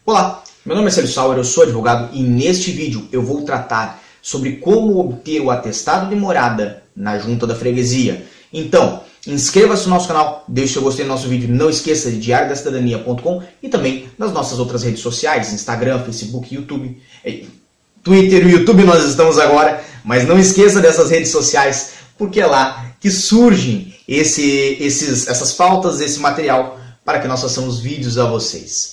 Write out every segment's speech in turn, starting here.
Olá, meu nome é Célio Sauer, eu sou advogado e neste vídeo eu vou tratar sobre como obter o atestado de morada na junta da freguesia. Então, inscreva-se no nosso canal, deixe seu gostei no nosso vídeo, não esqueça de diariodacidadania.com e também nas nossas outras redes sociais, Instagram, Facebook, YouTube, Twitter e YouTube nós estamos agora, mas não esqueça dessas redes sociais, porque é lá que surgem essas pautas, esse material, para que nós façamos vídeos a vocês.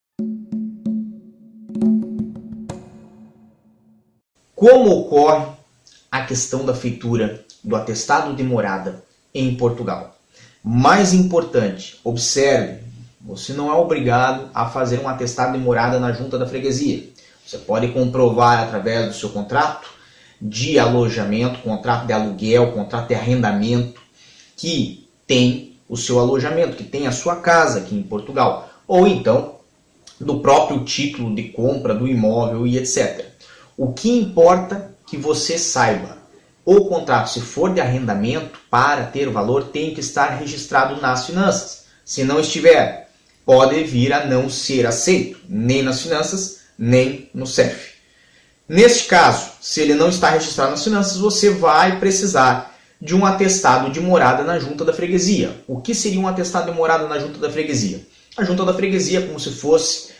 Como ocorre a questão da feitura do atestado de morada em Portugal? Mais importante, observe, você não é obrigado a fazer um atestado de morada na junta da freguesia. Você pode comprovar através do seu contrato de alojamento, contrato de aluguel, contrato de arrendamento, que tem o seu alojamento, que tem a sua casa aqui em Portugal. Ou então, do próprio título de compra do imóvel e etc. O que importa que você saiba, o contrato, se for de arrendamento, para ter o valor, tem que estar registrado nas finanças. Se não estiver, pode vir a não ser aceito, nem nas finanças, nem no CEF. Neste caso, se ele não está registrado nas finanças, você vai precisar de um atestado de morada na junta da freguesia. O que seria um atestado de morada na junta da freguesia? A junta da freguesia é como se fosse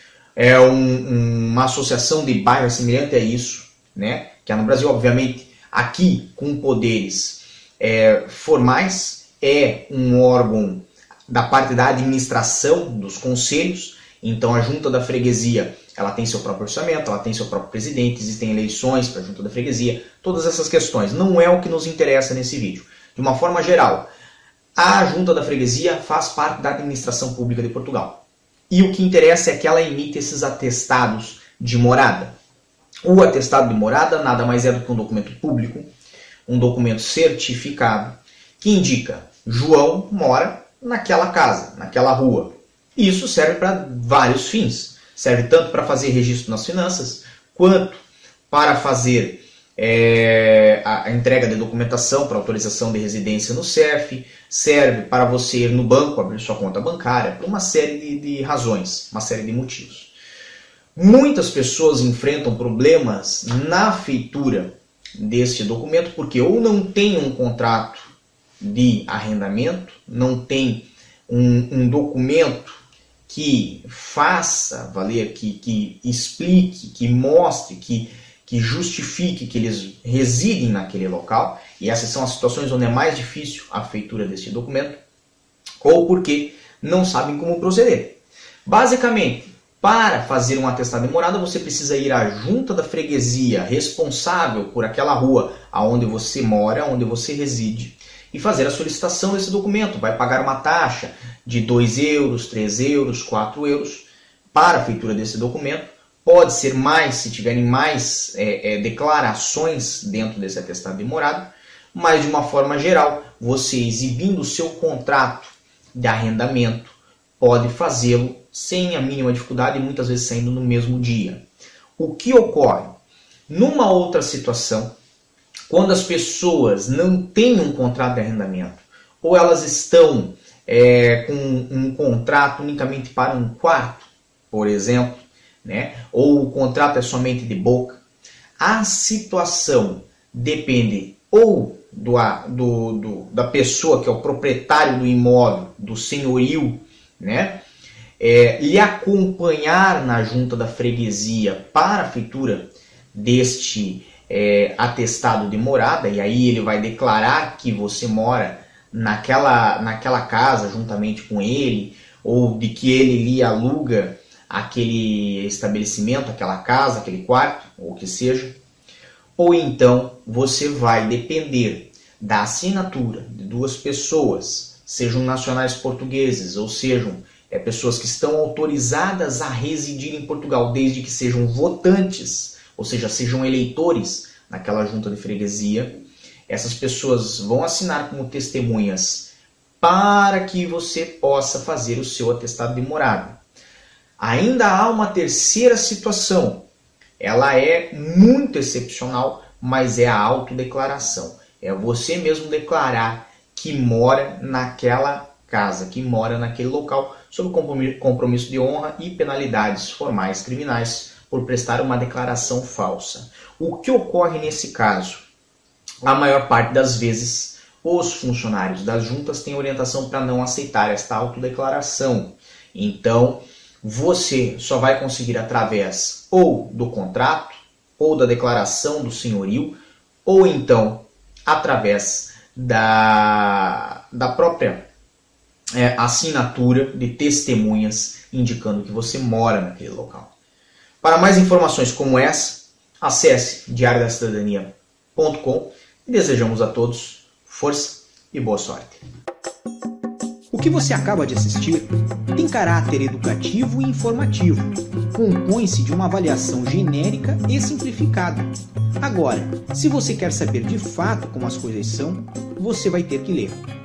uma associação de bairros semelhante a isso, né? Que é no Brasil, obviamente, aqui com poderes formais, é um órgão da parte da administração dos conselhos. Então a junta da freguesia, ela tem seu próprio orçamento, ela tem seu próprio presidente, existem eleições para a junta da freguesia, todas essas questões. Não é o que nos interessa nesse vídeo. De uma forma geral, a junta da freguesia faz parte da administração pública de Portugal. E o que interessa é que ela emite esses atestados de morada. O atestado de morada nada mais é do que um documento público, um documento certificado, que indica João mora naquela casa, naquela rua. Isso serve para vários fins. Serve tanto para fazer registro nas finanças, quanto para fazer a entrega de documentação para autorização de residência no CEF, serve para você ir no banco, abrir sua conta bancária, por uma série de razões, uma série de motivos. Muitas pessoas enfrentam problemas na feitura deste documento, porque ou não tem um contrato de arrendamento, não tem um documento que faça valer, que explique, que mostre, que justifique que eles residem naquele local, e essas são as situações onde é mais difícil a feitura deste documento, ou porque não sabem como proceder. Basicamente, para fazer um atestado de morada, você precisa ir à junta da freguesia responsável por aquela rua onde você mora, onde você reside, e fazer a solicitação desse documento. Vai pagar uma taxa de 2 euros, 3 euros, 4 euros para a feitura desse documento. Pode ser mais, se tiverem mais declarações dentro desse atestado de morada, mas de uma forma geral, você exibindo o seu contrato de arrendamento, pode fazê-lo sem a mínima dificuldade e muitas vezes saindo no mesmo dia. O que ocorre? Numa outra situação, quando as pessoas não têm um contrato de arrendamento, ou elas estão com um contrato unicamente para um quarto, por exemplo, né? Ou o contrato é somente de boca, a situação depende ou da pessoa que é o proprietário do imóvel, do senhorio, né? Lhe acompanhar na junta da freguesia para a feitura deste atestado de morada, e aí ele vai declarar que você mora naquela casa juntamente com ele, ou de que ele lhe aluga aquele estabelecimento, aquela casa, aquele quarto, ou o que seja. Ou então você vai depender da assinatura de duas pessoas, sejam nacionais portugueses, ou sejam pessoas que estão autorizadas a residir em Portugal, desde que sejam votantes, ou seja, sejam eleitores naquela junta de freguesia. Essas pessoas vão assinar como testemunhas para que você possa fazer o seu atestado de morada. Ainda há uma terceira situação. Ela é muito excepcional, mas é a autodeclaração. É você mesmo declarar que mora naquela casa, que mora naquele local, sob compromisso de honra e penalidades formais criminais por prestar uma declaração falsa. O que ocorre nesse caso? A maior parte das vezes, os funcionários das juntas têm orientação para não aceitar esta autodeclaração. Então, você só vai conseguir através ou do contrato, ou da declaração do senhorio, ou então através da própria assinatura de testemunhas indicando que você mora naquele local. Para mais informações como essa, acesse diariodacidadania.com e desejamos a todos força e boa sorte. O que você acaba de assistir tem caráter educativo e informativo. Compõe-se de uma avaliação genérica e simplificada. Agora, se você quer saber de fato como as coisas são, você vai ter que ler.